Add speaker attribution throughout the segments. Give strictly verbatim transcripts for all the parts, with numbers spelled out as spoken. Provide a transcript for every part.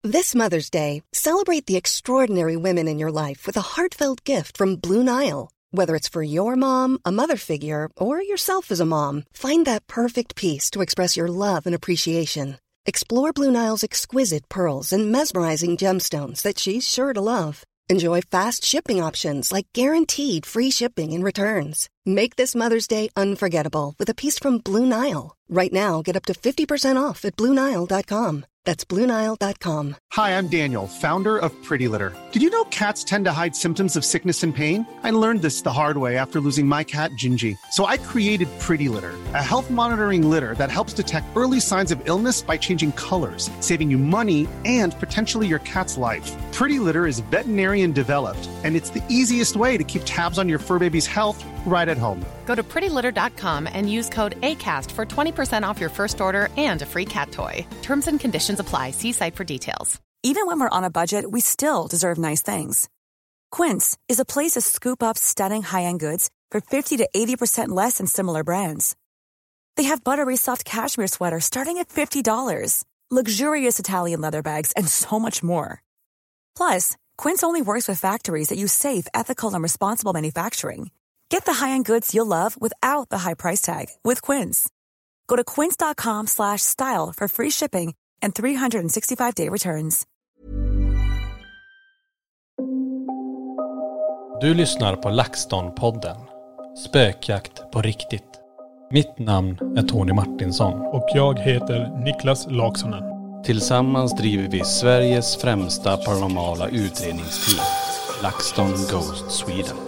Speaker 1: This Mother's Day, celebrate the extraordinary women in your life with a heartfelt gift from Blue Nile. Whether it's for your mom, a mother figure, or yourself as a mom, find that perfect piece to express your love and appreciation. Explore Blue Nile's exquisite pearls and mesmerizing gemstones that she's sure to love. Enjoy fast shipping options like guaranteed free shipping and returns. Make this Mother's Day unforgettable with a piece from Blue Nile. Right now, get up to fifty percent off at blue nile dot com. That's blue nile dot com.
Speaker 2: Hi, I'm Daniel, founder of Pretty Litter. Did you know cats tend to hide symptoms of sickness and pain? I learned this the hard way after losing my cat, Gingy. So I created Pretty Litter, a health monitoring litter that helps detect early signs of illness by changing colors, saving you money and potentially your cat's life. Pretty Litter is veterinarian developed, and it's the easiest way to keep tabs on your fur baby's health right at home.
Speaker 3: Go to pretty litter dot com and use code ACAST for twenty percent off your first order and a free cat toy. Terms and conditions apply. See site for details.
Speaker 4: Even when we're on a budget, we still deserve nice things. Quince is a place to scoop up stunning high-end goods for fifty to eighty percent less than similar brands. They have buttery soft cashmere sweaters starting at fifty dollars, luxurious Italian leather bags, and so much more. Plus, Quince only works with factories that use safe, ethical, and responsible manufacturing. Get the high-end goods you'll love without the high price tag with Quince. Go to quince dot com slash style for free shipping and three sixty-five day returns.
Speaker 5: Du lyssnar på LaxTon-podden. Spökjakt på riktigt. Mitt namn är Tony Martinsson.
Speaker 6: Och jag heter Niklas Laksonen.
Speaker 5: Tillsammans driver vi Sveriges främsta paranormala utredningsteam. LaxTon Ghost Sweden.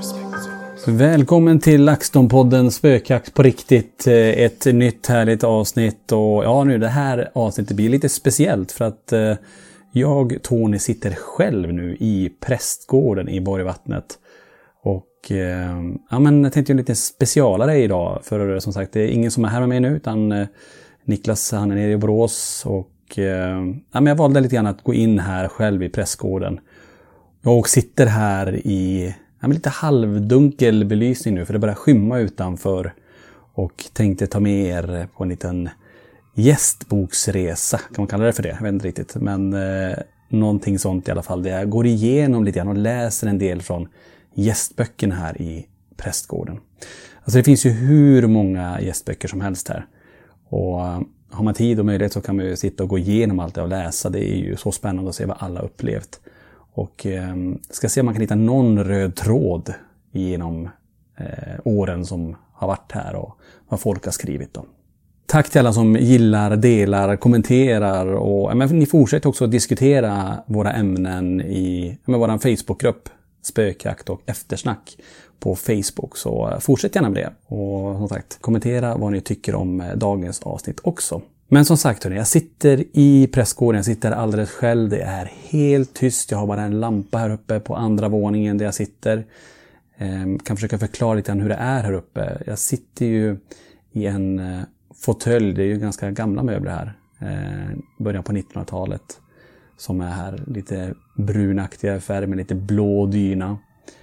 Speaker 7: Välkommen till LaxTon-podden Spökjakt på riktigt. Ett nytt härligt avsnitt. Och ja, nu det här avsnittet blir lite speciellt för att eh, jag, Tony, sitter själv nu i prästgården i Borgvattnet. Och eh, ja, men jag tänkte ju en liten specialare idag. För som sagt, det är ingen som är här med mig nu utan eh, Niklas, han är nere i Borås. Och eh, ja, men jag valde lite grann att gå in här själv i prästgården. Jag sitter här i ja, men lite halvdunkel belysning nu för det börjar skymma utanför. Och tänkte ta med er på en liten gästboksresa. Kan man kalla det för det? Jag vet inte riktigt. Men eh, någonting sånt i alla fall. Jag går igenom lite grann och läser en del från gästböckerna här i prästgården. Alltså det finns ju hur många gästböcker som helst här. Och har man tid och möjlighet så kan man ju sitta och gå igenom allt det och läsa. Det är ju så spännande att se vad alla upplevt. Och eh, ska se om man kan hitta någon röd tråd genom eh, åren som har varit här och vad folk har skrivit om. Tack till alla som gillar, delar, kommenterar och men ni fortsätter också att diskutera våra ämnen i med vår Facebookgrupp Spökjakt och eftersnack på Facebook. Så fortsätt gärna med det och som sagt kommentera vad ni tycker om dagens avsnitt också. Men som sagt hörni, jag sitter i prästgården, jag sitter alldeles själv, det är helt tyst, jag har bara en lampa här uppe på andra våningen där jag sitter. Ehm, kan försöka förklara lite hur det är här uppe. Jag sitter ju i en eh, fåtölj, det är ju ganska gamla möbler här, eh, början på nittonhundratalet. Som är här lite brunaktiga färg med lite blå dyna.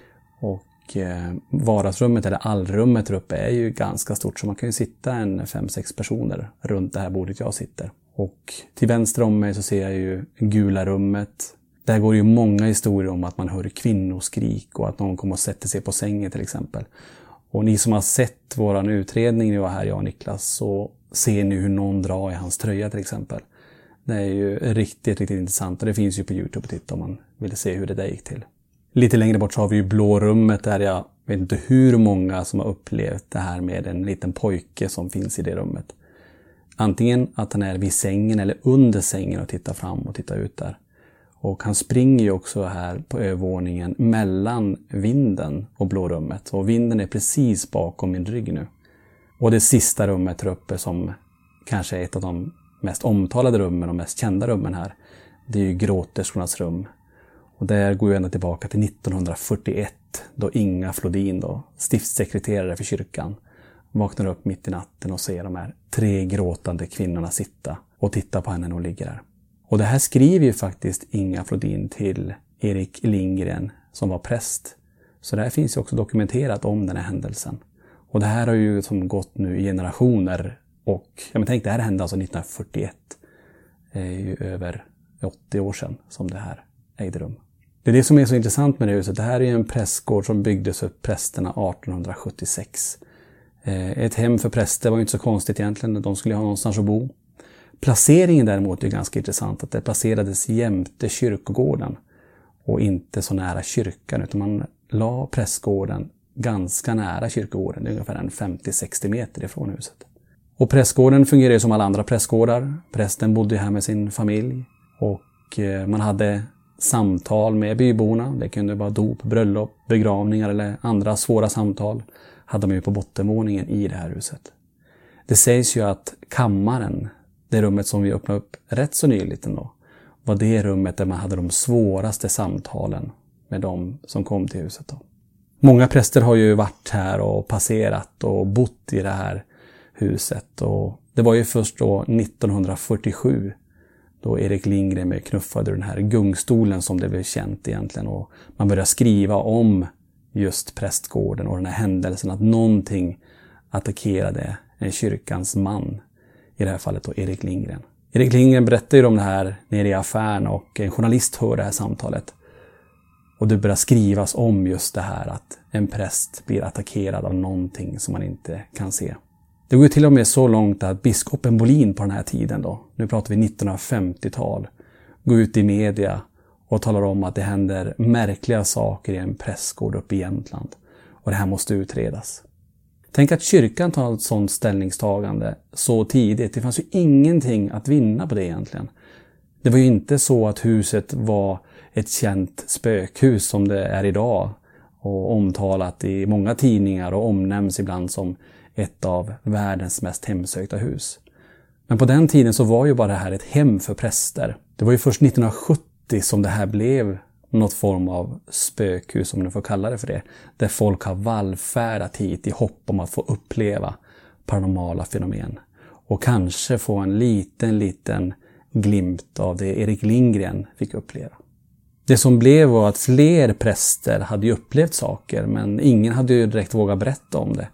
Speaker 7: Och eh, vardagsrummet eller allrummet där uppe är ju ganska stort så man kan ju sitta en fem sex personer runt det här bordet jag sitter. Och till vänster om mig så ser jag ju gula rummet. Där går ju många historier om att man hör kvinnoskrik och att någon kommer och sätter sig på sängen till exempel. Och ni som har sett våran utredning nu här, jag och Niklas, så ser ni hur någon drar i hans tröja till exempel. Det är ju riktigt, riktigt intressant och det finns ju på YouTube att titta om man vill se hur det där gick till. Lite längre bort så har vi ju blå rummet där jag vet inte hur många som har upplevt det här med en liten pojke som finns i det rummet. Antingen att han är vid sängen eller under sängen och tittar fram och tittar ut där. Och han springer ju också här på övervåningen mellan vinden och blå rummet. Och vinden är precis bakom min rygg nu. Och det sista rummet där uppe som kanske är ett av de mest omtalade rummen och mest kända rummen här. Det är ju gråterskornas rum. Och där går jag ända tillbaka till nittonhundrafyrtioett då Inga Flodin, då, stiftssekreterare för kyrkan, vaknar upp mitt i natten och ser de här tre gråtande kvinnorna sitta och titta på henne när hon ligger där. Och det här skriver ju faktiskt Inga Flodin till Erik Lindgren som var präst. Så det här finns ju också dokumenterat om den här händelsen. Och det här har ju som gått nu i generationer. Och jag men tänk, det här hände alltså nittonhundrafyrtioett. Det är ju över åttio år sedan som det här ägde rum. Det är det som är så intressant med det huset. Det här är en prästgård som byggdes för prästerna arton sjuttiosex. Ett hem för präster var inte så konstigt egentligen. De skulle ha någonstans att bo. Placeringen däremot är ganska intressant. Att det placerades jämte kyrkogården. Och inte så nära kyrkan. Utan man la prästgården ganska nära kyrkogården. Det är ungefär en femtio till sextio meter ifrån huset. Och prästgården fungerar som alla andra prästgårdar. Prästen bodde här med sin familj. Och man hade samtal med byborna. Det kunde vara dop, bröllop, begravningar eller andra svåra samtal. Hade man ju på bottenvåningen i det här huset. Det sägs ju att kammaren, det rummet som vi öppnade upp rätt så nyligt ändå, var det rummet där man hade de svåraste samtalen med de som kom till huset då. Många präster har ju varit här och passerat och bott i det här huset. Och det var ju först då nittonhundrafyrtiosju då Erik Lindgren knuffade den här gungstolen som det blev känt egentligen. Och man började skriva om just prästgården och den här händelsen att någonting attackerade en kyrkans man. I det här fallet då Erik Lindgren. Erik Lindgren berättade ju om det här nere i affären och en journalist hör det här samtalet. Och det börjar skrivas om just det här att en präst blir attackerad av någonting som man inte kan se. Det går ju till och med så långt att biskopen Bolin på den här tiden då, nu pratar vi nittonhundrafemtiotal, går ut i media och talar om att det händer märkliga saker i en prästgård uppe i Jämtland. Och det här måste utredas. Tänk att kyrkan tar ett sådant ställningstagande så tidigt. Det fanns ju ingenting att vinna på det egentligen. Det var ju inte så att huset var ett känt spökhus som det är idag. Och omtalat i många tidningar och omnämns ibland som ett av världens mest hemsökta hus. Men på den tiden så var ju bara det här ett hem för präster. Det var ju först nittonhundrasjuttio som det här blev något form av spökhus, om man får kalla det för det. Där folk har vallfärdat hit i hopp om att få uppleva paranormala fenomen. Och kanske få en liten, liten glimt av det Erik Lindgren fick uppleva. Det som blev var att fler präster hade ju upplevt saker, men ingen hade ju direkt vågat berätta om det.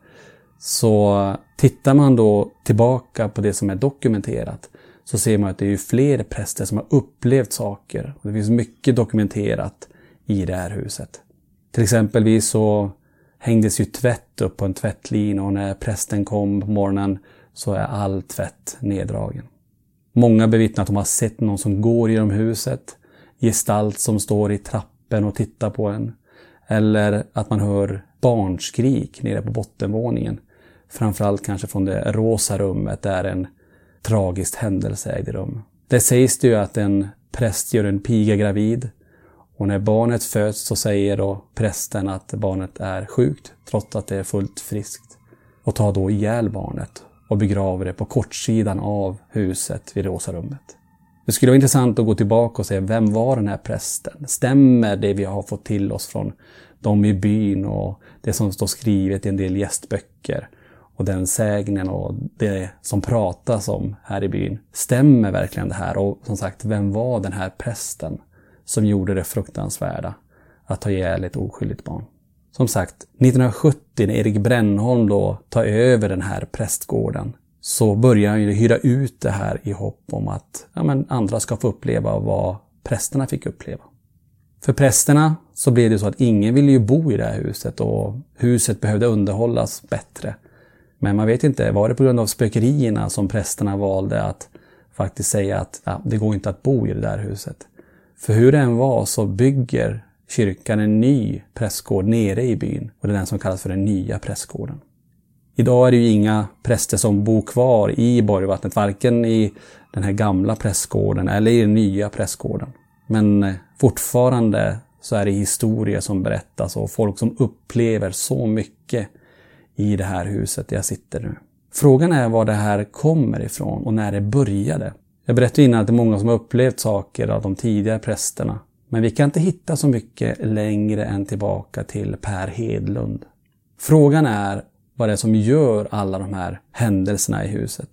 Speaker 7: Så tittar man då tillbaka på det som är dokumenterat så ser man att det är ju fler präster som har upplevt saker. Och det finns mycket dokumenterat i det här huset. Till exempelvis så hängdes ju tvätt upp på en tvättlin och när prästen kom på morgonen så är all tvätt neddragen. Många bevittnar att de har sett någon som går genom huset, gestalt som står i trappen och tittar på en. Eller att man hör barnskrik nere på bottenvåningen. Framförallt kanske från det rosa rummet där en tragisk händelse ägde rum. Det sägs det ju att en präst gör en piga gravid. Och när barnet föds så säger då prästen att barnet är sjukt trots att det är fullt friskt. Och tar då ihjäl barnet och begraver det på kortsidan av huset vid rosa rummet. Det skulle vara intressant att gå tillbaka och se vem var den här prästen? Stämmer det vi har fått till oss från de i byn och det som står skrivet i en del gästböcker? Och den sägnen och det som pratas om här i byn. Stämmer verkligen det här? Och som sagt, vem var den här prästen som gjorde det fruktansvärda att ta ihjäl ett oskyldigt barn? Som sagt, nittonhundrasjuttio när Erik Brännholm då tar över den här prästgården så börjar han ju hyra ut det här i hopp om att ja, men andra ska få uppleva vad prästerna fick uppleva. För prästerna så blev det så att ingen ville ju bo i det här huset och huset behövde underhållas bättre. Men man vet inte, var det på grund av spökerierna som prästerna valde att faktiskt säga att ja, det går inte att bo i det där huset. För hur det än var så bygger kyrkan en ny prästgård nere i byn och det är den som kallas för den nya prästgården. Idag är det ju inga präster som bor kvar i Borgvattnet, varken i den här gamla prästgården eller i den nya prästgården. Men fortfarande så är det historia som berättas och folk som upplever så mycket i det här huset där jag sitter nu. Frågan är var det här kommer ifrån och när det började. Jag berättade innan att det är många som har upplevt saker av de tidigare prästerna. Men vi kan inte hitta så mycket längre än tillbaka till Per Hedlund. Frågan är vad det är som gör alla de här händelserna i huset.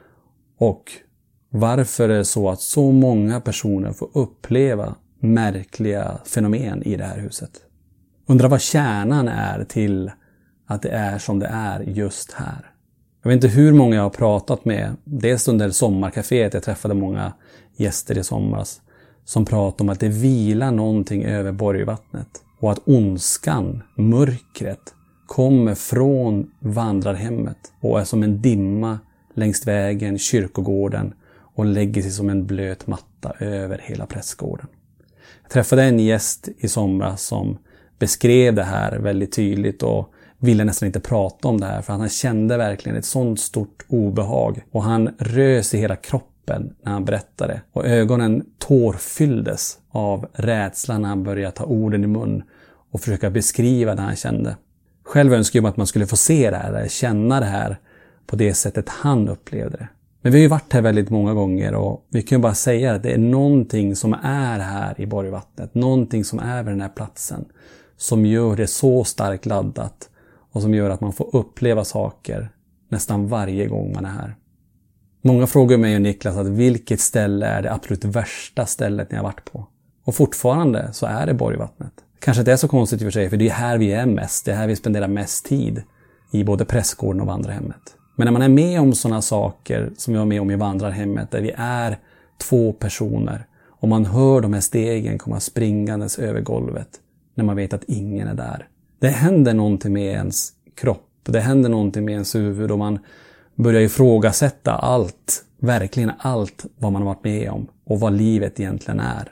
Speaker 7: Och varför det är så att så många personer får uppleva märkliga fenomen i det här huset. Undrar vad kärnan är till att det är som det är just här. Jag vet inte hur många jag har pratat med. Dels under sommarkaféet, jag träffade många gäster i somras. som pratar om att det vilar någonting över Borgvattnet och att ondskan, mörkret, kommer från vandrarhemmet och är som en dimma längs vägen, kyrkogården och lägger sig som en blöt matta över hela prästgården. Jag träffade en gäst i somras som beskrev det här väldigt tydligt och ville nästan inte prata om det här för han kände verkligen ett sånt stort obehag och han rös i hela kroppen när han berättade och ögonen tårfylldes av rädslan när han började ta orden i mun och försöka beskriva det han kände. Själv önskar jag att man skulle få se det här eller känna det här på det sättet han upplevde det. Men vi har ju varit här väldigt många gånger och vi kan ju bara säga att det är någonting som är här i Borgvattnet. Någonting som är vid den här platsen som gör det så starkt laddat och som gör att man får uppleva saker nästan varje gång man är här. Många frågar mig och Niklas att vilket ställe är det absolut värsta stället ni har varit på? Och fortfarande så är det Borgvattnet. Kanske inte är så konstigt i och för sig för det är här vi är mest. Det är här vi spenderar mest tid i både prästgården och vandrarhemmet. Men när man är med om sådana saker som jag är med om i vandrarhemmet där vi är två personer och man hör de här stegen komma springandes över golvet när man vet att ingen är där. Det händer någonting med ens kropp, det händer någonting med ens huvud och man börjar ifrågasätta allt, verkligen allt vad man har varit med om och vad livet egentligen är.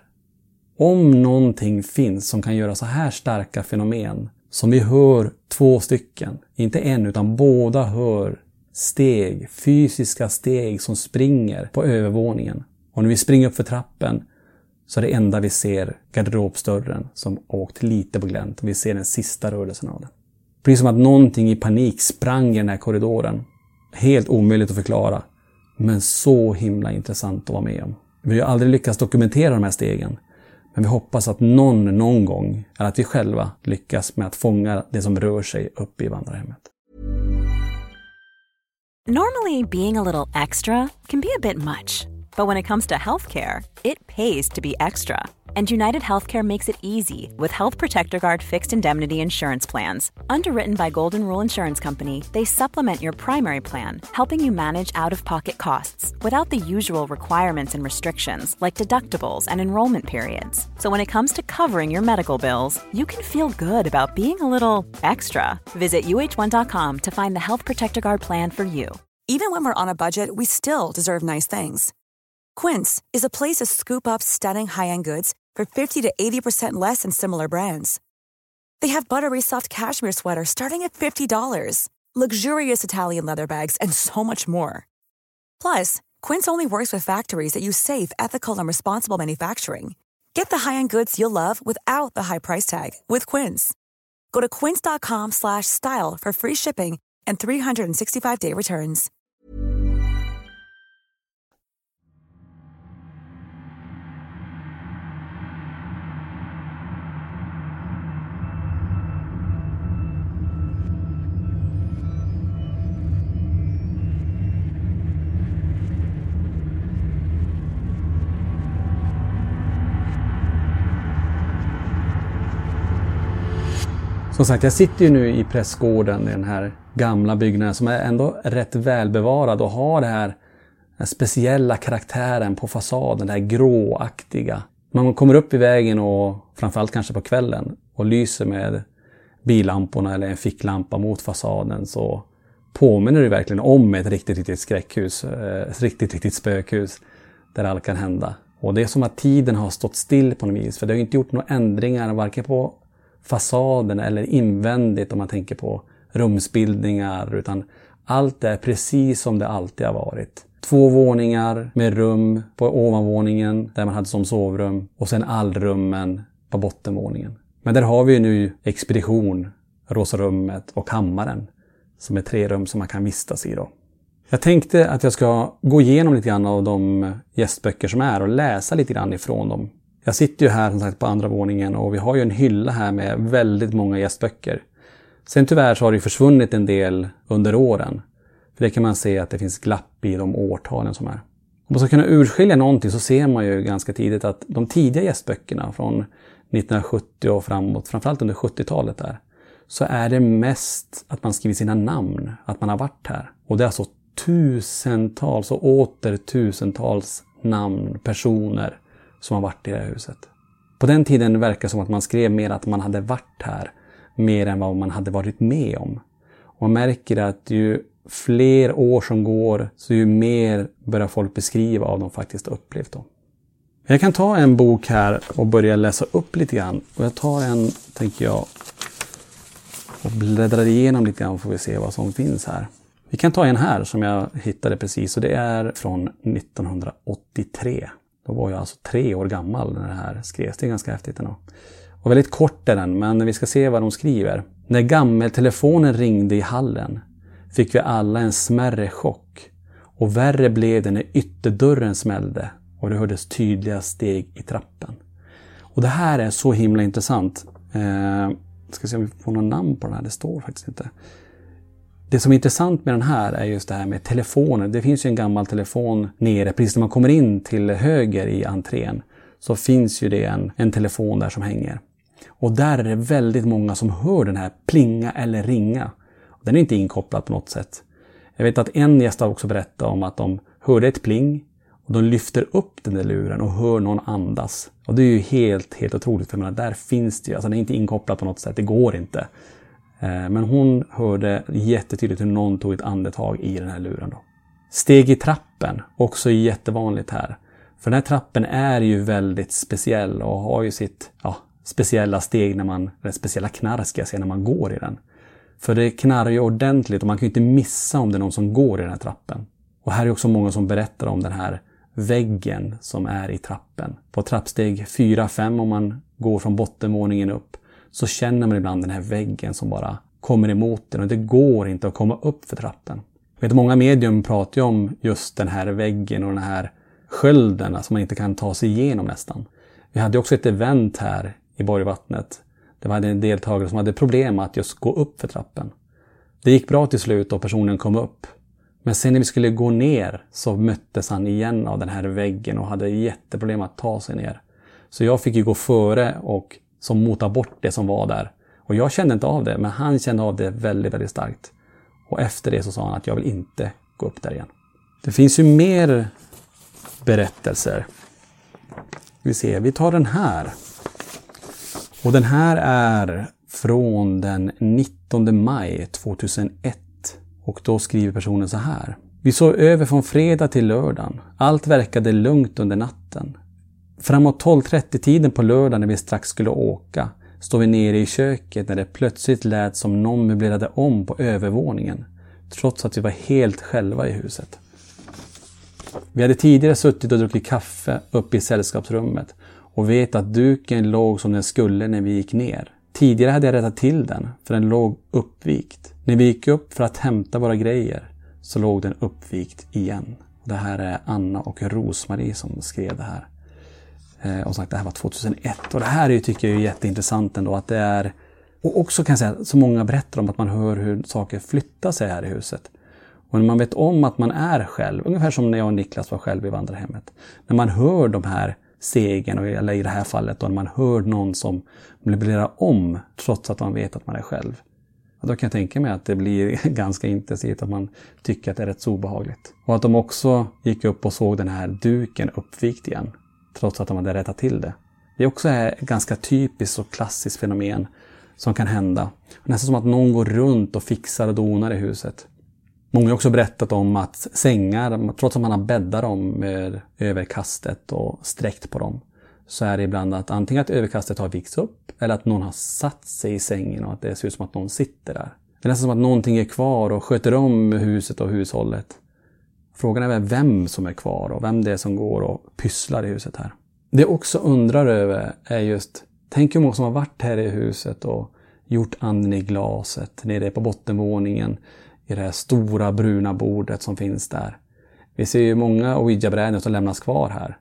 Speaker 7: Om någonting finns som kan göra så här starka fenomen som vi hör två stycken, inte en utan båda hör steg, fysiska steg som springer på övervåningen. Och när vi springer upp för trappen så är det enda vi ser garderobsdörren som åkt lite på glänt. Vi ser den sista rörelsen av den. Precis som att någonting i panik sprang i den här korridoren. Helt omöjligt att förklara, men så himla intressant att vara med om. Vi har aldrig lyckats dokumentera de här stegen. Men vi hoppas att någon någon gång, eller att vi själva lyckas med att fånga det som rör sig uppe i vandrarhemmet.
Speaker 4: Normally, being a little extra can be a bit much. But when it comes to healthcare, it pays to be extra. And United Healthcare makes it easy with Health Protector Guard fixed indemnity insurance plans. Underwritten by Golden Rule Insurance Company, they supplement your primary plan, helping you manage out-of-pocket costs without the usual requirements and restrictions like deductibles and enrollment periods. So when it comes to covering your medical bills, you can feel good about being a little extra. Visit U H one dot com to find the Health Protector Guard plan for you.
Speaker 8: Even when we're on a budget, we still deserve nice things. Quince is a place to scoop up stunning high-end goods for fifty to eighty percent less than similar brands. They have buttery soft cashmere sweaters starting at fifty dollars, luxurious Italian leather bags, and so much more. Plus, Quince only works with factories that use safe, ethical, and responsible manufacturing. Get the high-end goods you'll love without the high price tag with Quince. Go to quince.com slash style for free shipping and three sixty-five day returns.
Speaker 7: Som sagt, jag sitter ju nu i prästgården i den här gamla byggnaden som är ändå rätt välbevarad och har det här, den här speciella karaktären på fasaden, det här gråaktiga. Man kommer upp i vägen och framförallt kanske på kvällen och lyser med billamporna eller en ficklampa mot fasaden så påminner det verkligen om ett riktigt, riktigt skräckhus, ett riktigt, riktigt spökhus där allt kan hända. Och det är som att tiden har stått still på något vis för det har inte gjort några ändringar varken på fasaden eller invändigt om man tänker på rumsbildningar utan allt är precis som det alltid har varit. Två våningar med rum på ovanvåningen där man hade som sovrum och sen allrummen på bottenvåningen. Men där har vi ju nu expedition, Rosarummet och kammaren som är tre rum som man kan vistas i då. Jag tänkte att jag ska gå igenom lite grann av de gästböcker som är och läsa lite grann ifrån dem. Jag sitter ju här som sagt på andra våningen och vi har ju en hylla här med väldigt många gästböcker. Sen tyvärr så har det försvunnit en del under åren. För det kan man se att det finns glapp i de årtalen som är. Om man ska kunna urskilja någonting så ser man ju ganska tidigt att de tidiga gästböckerna från nittonhundrasjuttio och framåt, framförallt under sjuttiotalet där, så är det mest att man skriver sina namn, att man har varit här. Och det är alltså tusentals och åter tusentals namn, personer som har varit i det här huset. På den tiden verkar det som att man skrev mer att man hade varit här mer än vad man hade varit med om. Och man märker att ju fler år som går så ju mer börjar folk beskriva av de faktiskt upplevt dem. Jag kan ta en bok här och börja läsa upp lite grann. Och jag tar en, tänker jag, och bläddrar igenom lite grann, får vi se vad som finns här. Vi kan ta en här som jag hittade precis, och det är från nittonhundraåttiotre. Då var jag alltså tre år gammal när det här skrevs. Det är ganska häftigt ändå. Och väldigt kort är den, men vi ska se vad de skriver. När gammeltelefonen ringde i hallen fick vi alla en smärre chock. Och värre blev det när ytterdörren smällde och det hördes tydliga steg i trappen. Och det här är så himla intressant. Eh, ska se om vi får någon namn på den här. Det står faktiskt inte. Det som är intressant med den här är just det här med telefonen. Det finns ju en gammal telefon nere. Precis när man kommer in till höger i entrén så finns ju det en, en telefon där som hänger. Och där är det väldigt många som hör den här plinga eller ringa. Den är inte inkopplad på något sätt. Jag vet att en gäst har också berättat om att de hörde ett pling och de lyfter upp den där luren och hör någon andas. Och det är ju helt, helt otroligt, för menar, där finns det ju, alltså den är inte inkopplad på något sätt, det går inte. Men hon hörde jättetydligt hur någon tog ett andetag i den här luren då. Steg i trappen, också jättevanligt här. För den här trappen är ju väldigt speciell och har ju sitt ja, speciella steg när man, eller speciella knarr ska jag säga, när man går i den. För det knarrar ju ordentligt och man kan ju inte missa om det är någon som går i den här trappen. Och här är också många som berättar om den här väggen som är i trappen. På trappsteg fyra fem, om man går från bottenvåningen upp, så känner man ibland den här väggen som bara kommer emot den. Och det går inte att komma upp för trappen. Jag vet, många medium pratar ju om just den här väggen och den här skölden som man inte kan ta sig igenom nästan. Vi hade också ett event här i Borgvattnet. Det var en deltagare som hade problem att just gå upp för trappen. Det gick bra till slut och personen kom upp. Men sen när vi skulle gå ner så möttes han igen av den här väggen och hade jätteproblem att ta sig ner. Så jag fick ju gå före och som mota bort det som var där. Och jag kände inte av det, men han kände av det väldigt, väldigt starkt. Och efter det så sa han att jag vill inte gå upp där igen. Det finns ju mer berättelser. Vi ser, vi tar den här. Och den här är från den nittonde maj tvåtusenett. Och då skriver personen så här. Vi sov över från fredag till lördagen. Allt verkade lugnt under natten. Framåt tolv trettio tiden på lördagen när vi strax skulle åka stod vi nere i köket när det plötsligt lät som någon möblerade om på övervåningen. Trots att vi var helt själva i huset. Vi hade tidigare suttit och druckit kaffe uppe i sällskapsrummet och vet att duken låg som den skulle när vi gick ner. Tidigare hade jag rättat till den för den låg uppvikt. När vi gick upp för att hämta våra grejer så låg den uppvikt igen. Det här är Anna och Rosmarie som skrev det här. Eh, och sagt, det här var tvåtusenett. Och det här är ju, tycker jag är jätteintressant ändå. Att det är, och också kan jag säga, så många berättar om att man hör hur saker flyttar sig här i huset. Och när man vet om att man är själv, ungefär som när jag och Niklas var själv i vandrarhemmet. När man hör de här segen, eller i det här fallet då, när man hör någon som möblerar om trots att man vet att man är själv. Och då kan jag tänka mig att det blir ganska intensivt, att man tycker att det är rätt så obehagligt. Och att de också gick upp och såg den här duken uppvikt igen, trots att de hade rättat till det. Det är också ett ganska typiskt och klassiskt fenomen som kan hända. Nästan som att någon går runt och fixar och donar i huset. Många har också berättat om att sängar, trots att man har bäddat dem med överkastet och sträckt på dem, så är det ibland att antingen att överkastet har vikts upp eller att någon har satt sig i sängen och att det ser ut som att någon sitter där. Det är nästan som att någonting är kvar och sköter om huset och hushållet. Frågan är väl vem som är kvar och vem det är som går och pysslar i huset här. Det jag också undrar över är just, tänk hur många som har varit här i huset och gjort anden i glaset nere på bottenvåningen i det här stora bruna bordet som finns där. Vi ser ju många Ouija-brädor som lämnas kvar här.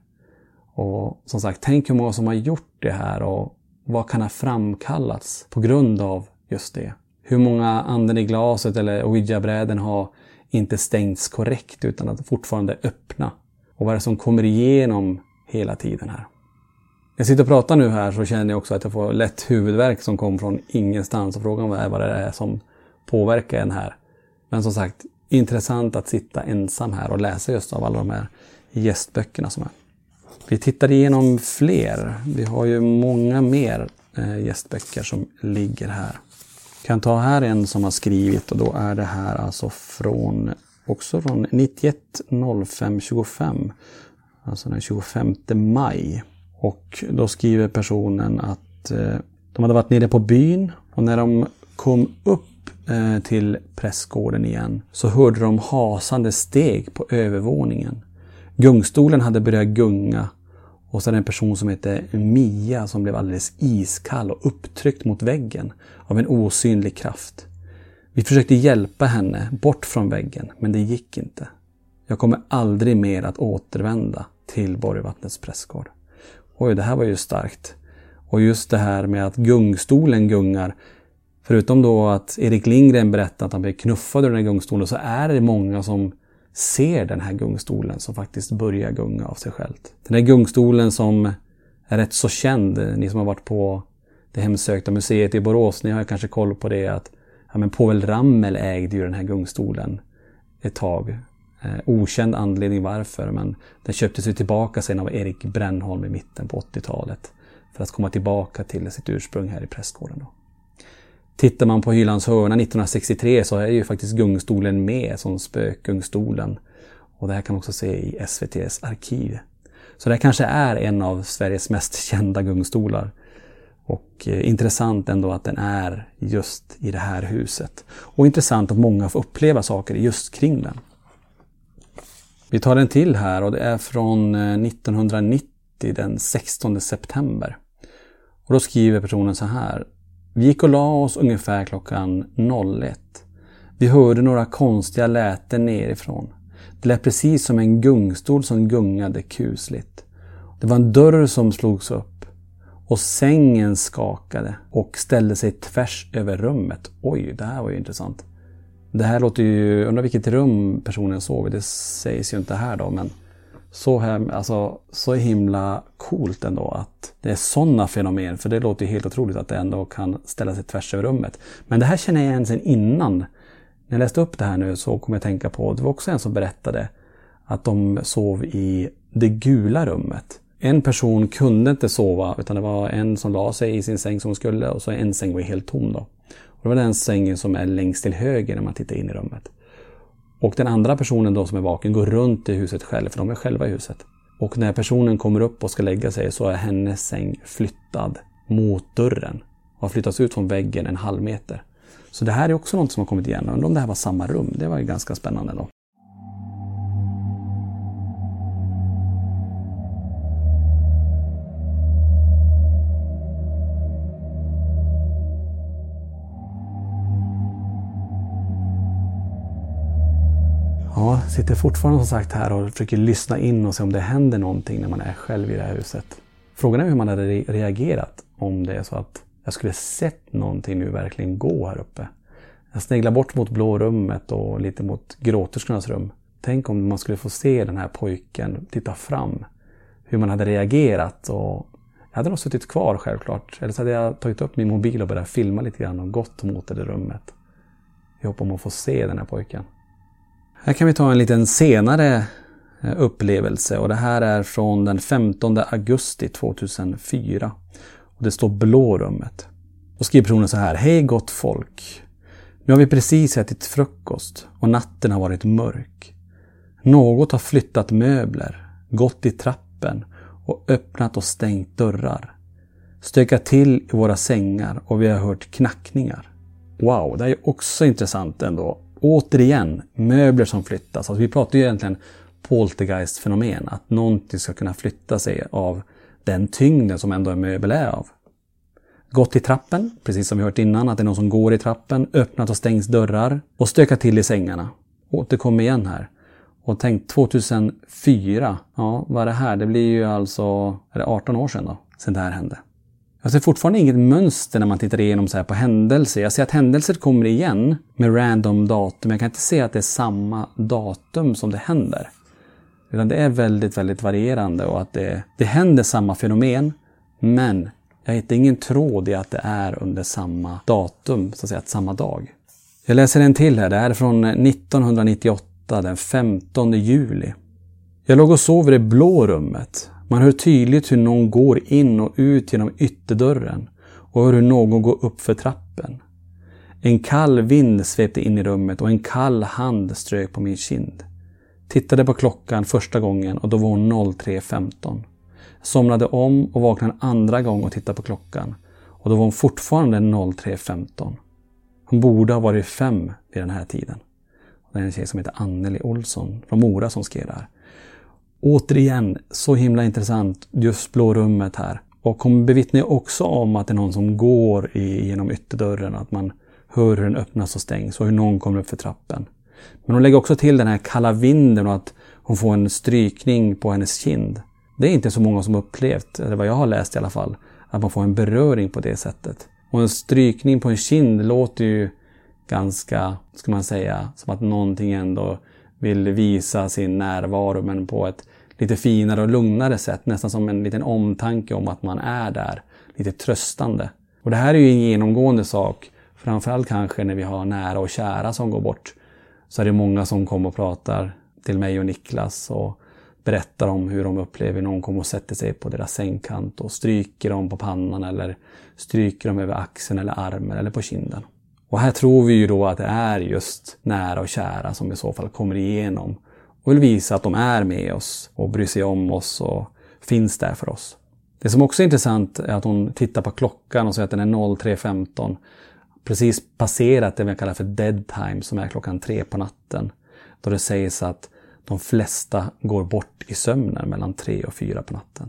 Speaker 7: Och som sagt, tänk hur många som har gjort det här och vad kan ha framkallats på grund av just det. Hur många anden i glaset eller Ouija-bräden har inte stängts korrekt utan att fortfarande är öppna. Och vad är det som kommer igenom hela tiden här. När jag sitter och pratar nu här så känner jag också att jag får lätt huvudvärk som kommer från ingenstans, och frågan är vad det är som påverkar en här. Men som sagt, intressant att sitta ensam här och läsa just av alla de här gästböckerna som är. Vi tittar igenom fler. Vi har ju många mer eh, gästböcker som ligger här. Jag kan ta här en som har skrivit och då är det här alltså från också från nittioett noll fem tjugofem. Alltså den tjugofemte maj. Och då skriver personen att eh, de hade varit nere på byn och när de kom upp eh, till prästgården igen så hörde de hasande steg på övervåningen. Gungstolen hade börjat gunga och så är det en person som heter Mia som blev alldeles iskall och upptryckt mot väggen av en osynlig kraft. Vi försökte hjälpa henne bort från väggen men det gick inte. Jag kommer aldrig mer att återvända till Borgvattnets prästgård. Oj, det här var ju starkt. Och just det här med att gungstolen gungar. Förutom då att Erik Lindgren berättar att han blev knuffad ur den här gungstolen så är det många som ser den här gungstolen som faktiskt börjar gunga av sig själv. Den här gungstolen som är rätt så känd. Ni som har varit på det hemsökta museet i Borås, ni har kanske koll på det att ja, men Povel Ramel ägde ju den här gungstolen ett tag. Eh, okänd anledning varför, men den köptes ju tillbaka sen av Erik Brännholm i mitten på åttiotalet för att komma tillbaka till sitt ursprung här i prästgården då. Tittar man på Hylands hörna nittonhundrasextiotre så är ju faktiskt gungstolen med som spökgungstolen. Och det här kan man också se i S V T:s arkiv. Så det kanske är en av Sveriges mest kända gungstolar. Och eh, intressant ändå att den är just i det här huset. Och intressant att många får uppleva saker just kring den. Vi tar en till här och det är från eh, nittonhundranittio den sextonde september. Och då skriver personen så här. Vi gick och la oss ungefär klockan ett. Vi hörde några konstiga läten nerifrån. Det lät precis som en gungstol som gungade kusligt. Det var en dörr som slogs upp. Och sängen skakade och ställde sig tvärs över rummet. Oj, det här var ju intressant. Det här låter ju, undrar vilket rum personen sov i. Det sägs ju inte här då, men så, här, alltså, så himla coolt ändå att det är sådana fenomen. För det låter ju helt otroligt att det ändå kan ställa sig tvärs över rummet. Men det här känner jag igen sen innan. När jag läste upp det här nu så kom jag tänka på, det var också en som berättade att de sov i det gula rummet. En person kunde inte sova utan det var en som la sig i sin säng som skulle och så en säng var helt tom då. Och det var den sängen som är längst till höger när man tittar in i rummet. Och den andra personen då som är vaken går runt i huset själv för de är själva i huset. Och när personen kommer upp och ska lägga sig så är hennes säng flyttad mot dörren och har flyttats ut från väggen en halv meter. Så det här är också något som har kommit igen. Undrar om det här var samma rum. Det var ju ganska spännande då. Ja, sitter fortfarande som sagt här och försöker lyssna in och se om det händer någonting när man är själv i det här huset. Frågan är hur man hade reagerat om det är så att jag skulle sett någonting nu verkligen gå här uppe. Jag sneglar bort mot blå rummet och lite mot gråterskornas rum. Tänk om man skulle få se den här pojken titta fram. Hur man hade reagerat och jag hade nog suttit kvar självklart. Eller så hade jag tagit upp min mobil och börjat filma lite grann och gått mot det rummet. Jag hoppas om att få se den här pojken. Här kan vi ta en liten senare upplevelse och det här är från den femtonde augusti tvåtusenfyra. Och det står blå rummet. Och skriver personen så här. Hej gott folk. Nu har vi precis ätit frukost och natten har varit mörk. Något har flyttat möbler, gått i trappen och öppnat och stängt dörrar. Stökat till i våra sängar och vi har hört knackningar. Wow, det är också intressant ändå. Återigen, möbler som flyttas. Alltså vi pratar ju egentligen poltergeist-fenomen. Att någonting ska kunna flytta sig av den tyngden som ändå en möbel är av. Gått i trappen, precis som vi hört innan. Att det är någon som går i trappen, öppnat och stängs dörrar. Och stökat till i sängarna. Återkommer igen här. Och tänk tvåtusenfyra. Ja, vad är det här? Det blir ju alltså är det arton år sedan då. Sen det här hände. Jag ser fortfarande inget mönster när man tittar igenom så här på händelser. Jag ser att händelser kommer igen med random datum. Jag kan inte se att det är samma datum som det händer. Utan det är väldigt, väldigt varierande och att det, det händer samma fenomen. Men jag hittar ingen tråd i att det är under samma datum, så att säga, att samma dag. Jag läser en till här. Det här är från nittonhundranittioåtta, den femtonde juli. Jag låg och sov i det blå rummet. Man hör tydligt hur någon går in och ut genom ytterdörren och hör hur någon går upp för trappen. En kall vind svepte in i rummet och en kall hand strök på min kind. Tittade på klockan första gången och då var hon tre femton. Somnade om och vaknade en andra gång och tittade på klockan. Och då var hon fortfarande tre femton. Hon borde ha varit fem vid den här tiden. Det är en tjej som heter Anneli Olsson från Mora som skrev det här. Återigen, så himla intressant just blå rummet här. Och hon bevittnar också om att det är någon som går i, genom ytterdörren. Att man hör hur den öppnas och stängs och hur någon kommer upp för trappen. Men hon lägger också till den här kalla vinden och att hon får en strykning på hennes kind. Det är inte så många som upplevt, eller vad jag har läst i alla fall, att man får en beröring på det sättet. Och en strykning på en kind låter ju ganska, ska man säga, som att någonting ändå vill visa sin närvaro, men på ett lite finare och lugnare sätt. Nästan som en liten omtanke om att man är där. Lite tröstande. Och det här är ju en genomgående sak. Framförallt kanske när vi har nära och kära som går bort. Så är det många som kommer och pratar till mig och Niklas och berättar om hur de upplever någon kommer och sätter sig på deras sängkant och stryker dem på pannan eller stryker dem över axeln eller armen eller på kinden. Och här tror vi ju då att det är just nära och kära som i så fall kommer igenom och vill visa att de är med oss och bryr sig om oss och finns där för oss. Det som också är intressant är att hon tittar på klockan och säger att den är tre femton. Precis passerat det vi kallar för dead time som är klockan tre på natten. Då det sägs att de flesta går bort i sömnen mellan tre och fyra på natten.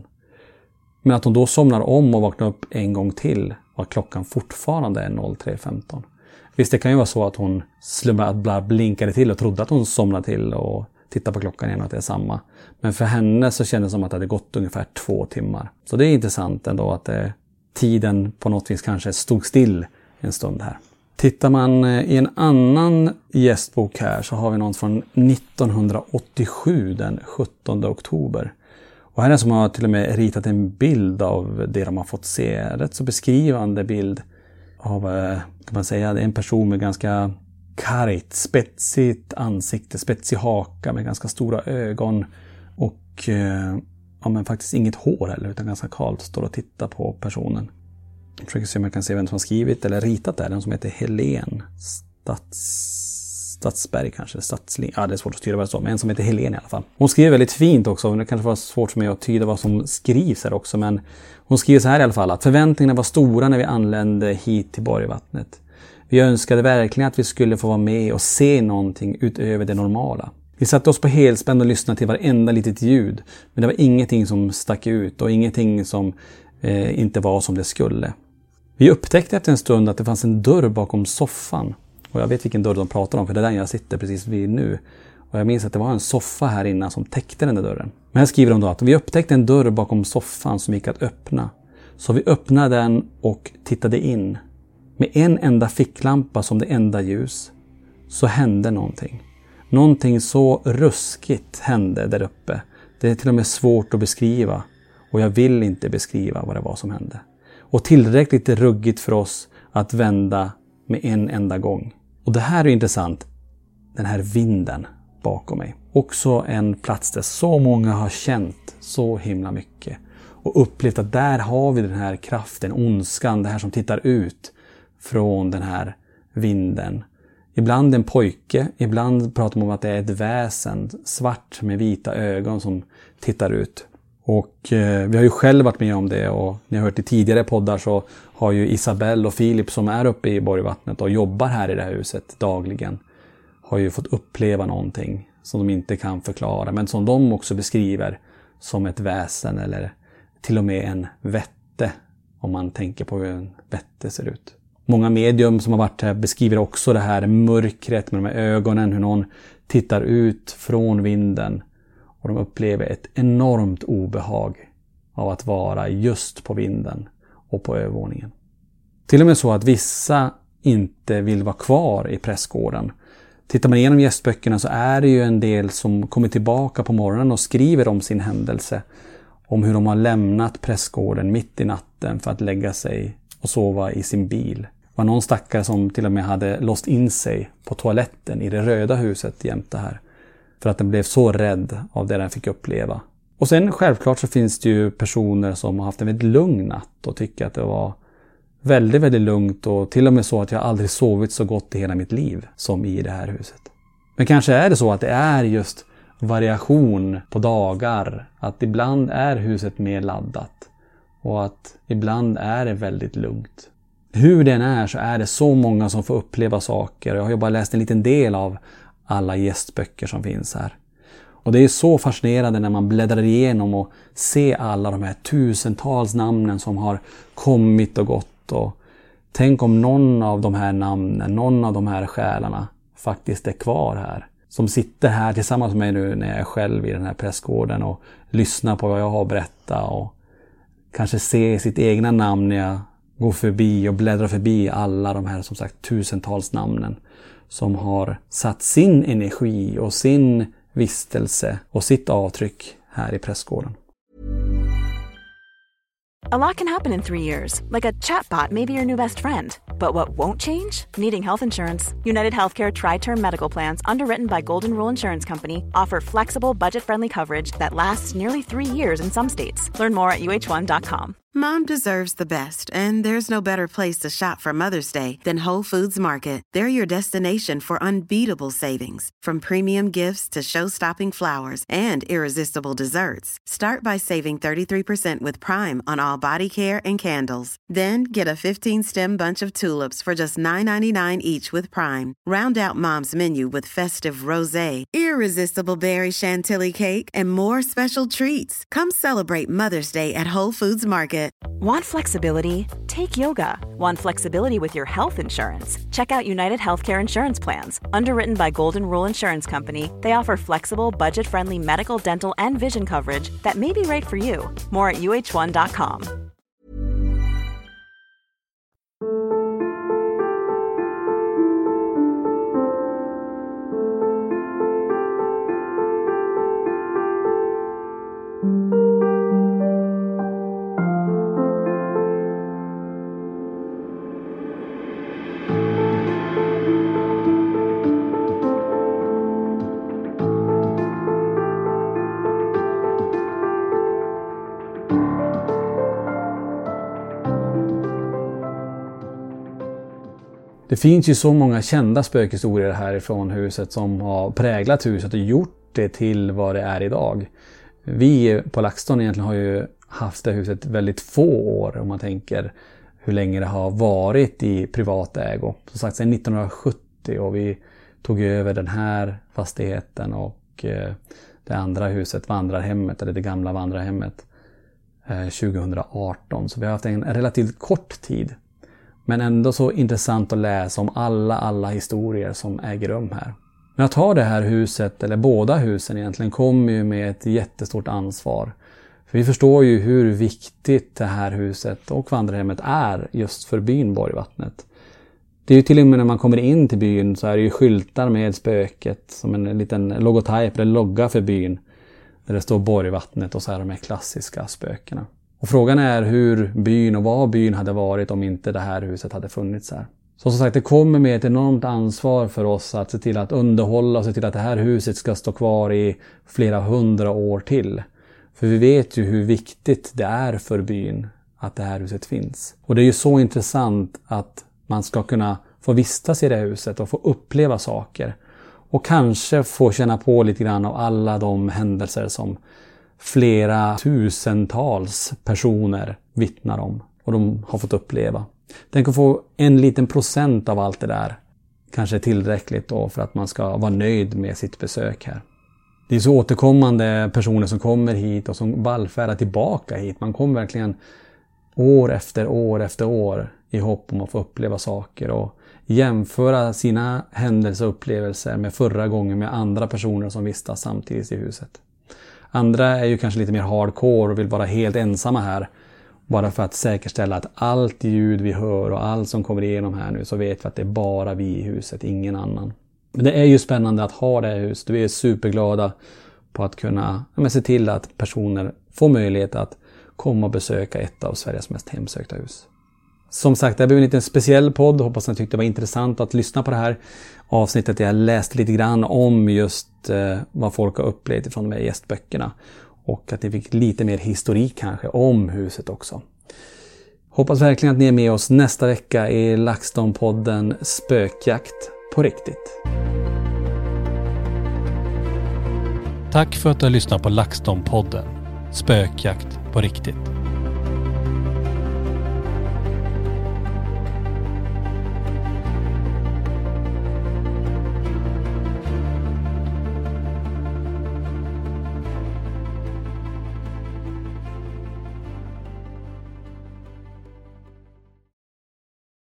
Speaker 7: Men att hon då somnar om och vaknar upp en gång till och att klockan fortfarande är tre femton. Visst, det kan ju vara så att hon slumrade, blinkade till och trodde att hon somnade till och tittade på klockan igen och att det är samma. Men för henne så kändes det som att det hade gått ungefär två timmar. Så det är intressant ändå att det, tiden på något vis kanske stod still en stund här. Tittar man i en annan gästbok här så har vi någon från nittonhundraåttiosju den sjuttonde oktober. Och här är det som har till och med ritat en bild av det de har fått se. Rätt så beskrivande bild av, kan man säga, en person med ganska kargt, spetsigt ansikte, spetsig haka med ganska stora ögon och ja, men faktiskt inget hår heller utan ganska kalt, står och tittar på personen. Jag försöker se om jag kan se vem som har skrivit eller ritat det. Den som heter Helen Stats, Stadsberg kanske. Stadsling. Ja, det är svårt att styra vad det står. Men en som heter Helen i alla fall. Hon skriver väldigt fint också. Det kanske var svårt för mig att tyda vad som skrivs här också. Men hon skriver så här i alla fall. Att förväntningarna var stora när vi anlände hit till Borgvattnet. Vi önskade verkligen att vi skulle få vara med och se någonting utöver det normala. Vi satte oss på helspänn och lyssnade till varenda litet ljud. Men det var ingenting som stack ut och ingenting som eh, inte var som det skulle. Vi upptäckte efter en stund att det fanns en dörr bakom soffan. Och jag vet vilken dörr de pratar om, för det är den jag sitter precis vid nu. Och jag minns att det var en soffa här innan som täckte den där dörren. Men här skriver de då att vi upptäckte en dörr bakom soffan som gick att öppna. Så vi öppnade den och tittade in. Med en enda ficklampa som det enda ljus så hände någonting. Någonting så ruskigt hände där uppe. Det är till och med svårt att beskriva. Och jag vill inte beskriva vad det var som hände. Och tillräckligt ruggigt för oss att vända med en enda gång. Och det här är intressant. Den här vinden bakom mig. Också en plats där så många har känt så himla mycket. Och upplevt att där har vi den här kraften, ondskan, det här som tittar ut från den här vinden. Ibland en pojke, ibland pratar man om att det är ett väsen, svart med vita ögon som tittar ut. Och eh, vi har ju själv varit med om det, och ni har hört i tidigare poddar så har ju Isabelle och Filip som är uppe i Borgvattnet och jobbar här i det här huset dagligen, har ju fått uppleva någonting som de inte kan förklara, men som de också beskriver som ett väsen eller till och med en vätte, om man tänker på hur en vätte ser ut. Många medium som har varit här beskriver också det här mörkret med de här ögonen, hur någon tittar ut från vinden. Och de upplever ett enormt obehag av att vara just på vinden och på övervåningen. Till och med så att vissa inte vill vara kvar i prästgården. Tittar man igenom gästböckerna så är det ju en del som kommer tillbaka på morgonen och skriver om sin händelse. Om hur de har lämnat prästgården mitt i natten för att lägga sig och sova i sin bil. Det var någon stackare som till och med hade låst in sig på toaletten i det röda huset jämte här. För att den blev så rädd av det den fick uppleva. Och sen självklart så finns det ju personer som har haft en väldigt lugn natt och tycker att det var väldigt, väldigt lugnt och till och med så att jag aldrig sovit så gott i hela mitt liv som i det här huset. Men kanske är det så att det är just variation på dagar, att ibland är huset mer laddat och att ibland är det väldigt lugnt. Hur den är så är det så många som får uppleva saker. Jag har ju bara läst en liten del av alla gästböcker som finns här. Och det är så fascinerande när man bläddrar igenom och ser alla de här tusentals namnen som har kommit och gått. Och tänk om någon av de här namnen, någon av de här själarna faktiskt är kvar här. Som sitter här tillsammans med mig nu när jag är själv i den här prästgården och lyssnar på vad jag har att berätta. Och kanske ser sitt egna namn när jag går förbi och bläddrar förbi alla de här som sagt tusentals namnen. Som har satt sin energi och sin vistelse och sitt avtryck här i prästgården.
Speaker 8: A lot can happen in three years, like a chatbot may be your new best friend. But what won't change? Needing health insurance. United Healthcare Tri-Term Medical Plans, underwritten by Golden Rule Insurance Company, offer flexible, budget-friendly coverage that lasts nearly three years in some states. Learn more at U H one dot com.
Speaker 9: Mom deserves the best, and there's no better place to shop for Mother's Day than Whole Foods Market. They're your destination for unbeatable savings, from premium gifts to show-stopping flowers and irresistible desserts. Start by saving thirty-three percent with Prime on all body care and candles. Then get a fifteen-stem bunch of tulips for just nine ninety-nine each with Prime. Round out Mom's menu with festive rosé, irresistible berry chantilly cake, and more special treats. Come celebrate Mother's Day at Whole Foods Market.
Speaker 8: Want flexibility? Take yoga. Want flexibility with your health insurance? Check out United Healthcare Insurance Plans. Underwritten by Golden Rule Insurance Company, they offer flexible, budget-friendly medical, dental, and vision coverage that may be right for you. More at U H one dot com.
Speaker 7: Det finns ju så många kända spökhistorier härifrån huset som har präglat huset och gjort det till vad det är idag. Vi på LaxTon egentligen har ju haft det huset väldigt få år om man tänker hur länge det har varit i privat ägo. Som sagt sedan nittonhundrasjuttio och vi tog över den här fastigheten och det andra huset, vandrarhemmet eller det gamla vandrarhemmet tjugohundraarton. Så vi har haft en relativt kort tid. Men ändå så intressant att läsa om alla, alla historier som äger rum här. Men att ha det här huset, eller båda husen egentligen, kommer ju med ett jättestort ansvar. För vi förstår ju hur viktigt det här huset och vandrarhemmet är just för byn Borgvattnet. Det är ju till och med när man kommer in till byn så är det ju skyltar med spöket som en liten logotyp eller logga för byn. Där det står Borgvattnet och så är de här klassiska spökena. Och frågan är hur byn och vad byn hade varit om inte det här huset hade funnits här. Så som sagt, det kommer med ett enormt ansvar för oss att se till att underhålla och se till att det här huset ska stå kvar i flera hundra år till. För vi vet ju hur viktigt det är för byn att det här huset finns. Och det är ju så intressant att man ska kunna få vistas i det här huset och få uppleva saker. Och kanske få känna på lite grann av alla de händelser som flera tusentals personer vittnar om och de har fått uppleva. Tänk att få en liten procent av allt det där kanske är tillräckligt då för att man ska vara nöjd med sitt besök här. Det är så återkommande personer som kommer hit och som vallfärdar tillbaka hit. Man kommer verkligen år efter år efter år i hopp om att få uppleva saker och jämföra sina händelser och upplevelser med förra gången med andra personer som vistas samtidigt i huset. Andra är ju kanske lite mer hardcore och vill vara helt ensamma här. Bara för att säkerställa att allt ljud vi hör och allt som kommer igenom här nu så vet vi att det är bara vi i huset, ingen annan. Men det är ju spännande att ha det här huset. Vi är superglada på att kunna ja, se till att personer får möjlighet att komma och besöka ett av Sveriges mest hemsökta hus. Som sagt, det blev en liten speciell podd. Hoppas ni tyckte det var intressant att lyssna på det här avsnittet. Jag läste lite grann om just eh, vad folk har upplevt från de här gästböckerna. Och att ni fick lite mer historik kanske om huset också. Hoppas verkligen att ni är med oss nästa vecka i LaxTon-podden Spökjakt på riktigt.
Speaker 5: Tack för att du har lyssnat på LaxTon-podden Spökjakt på riktigt.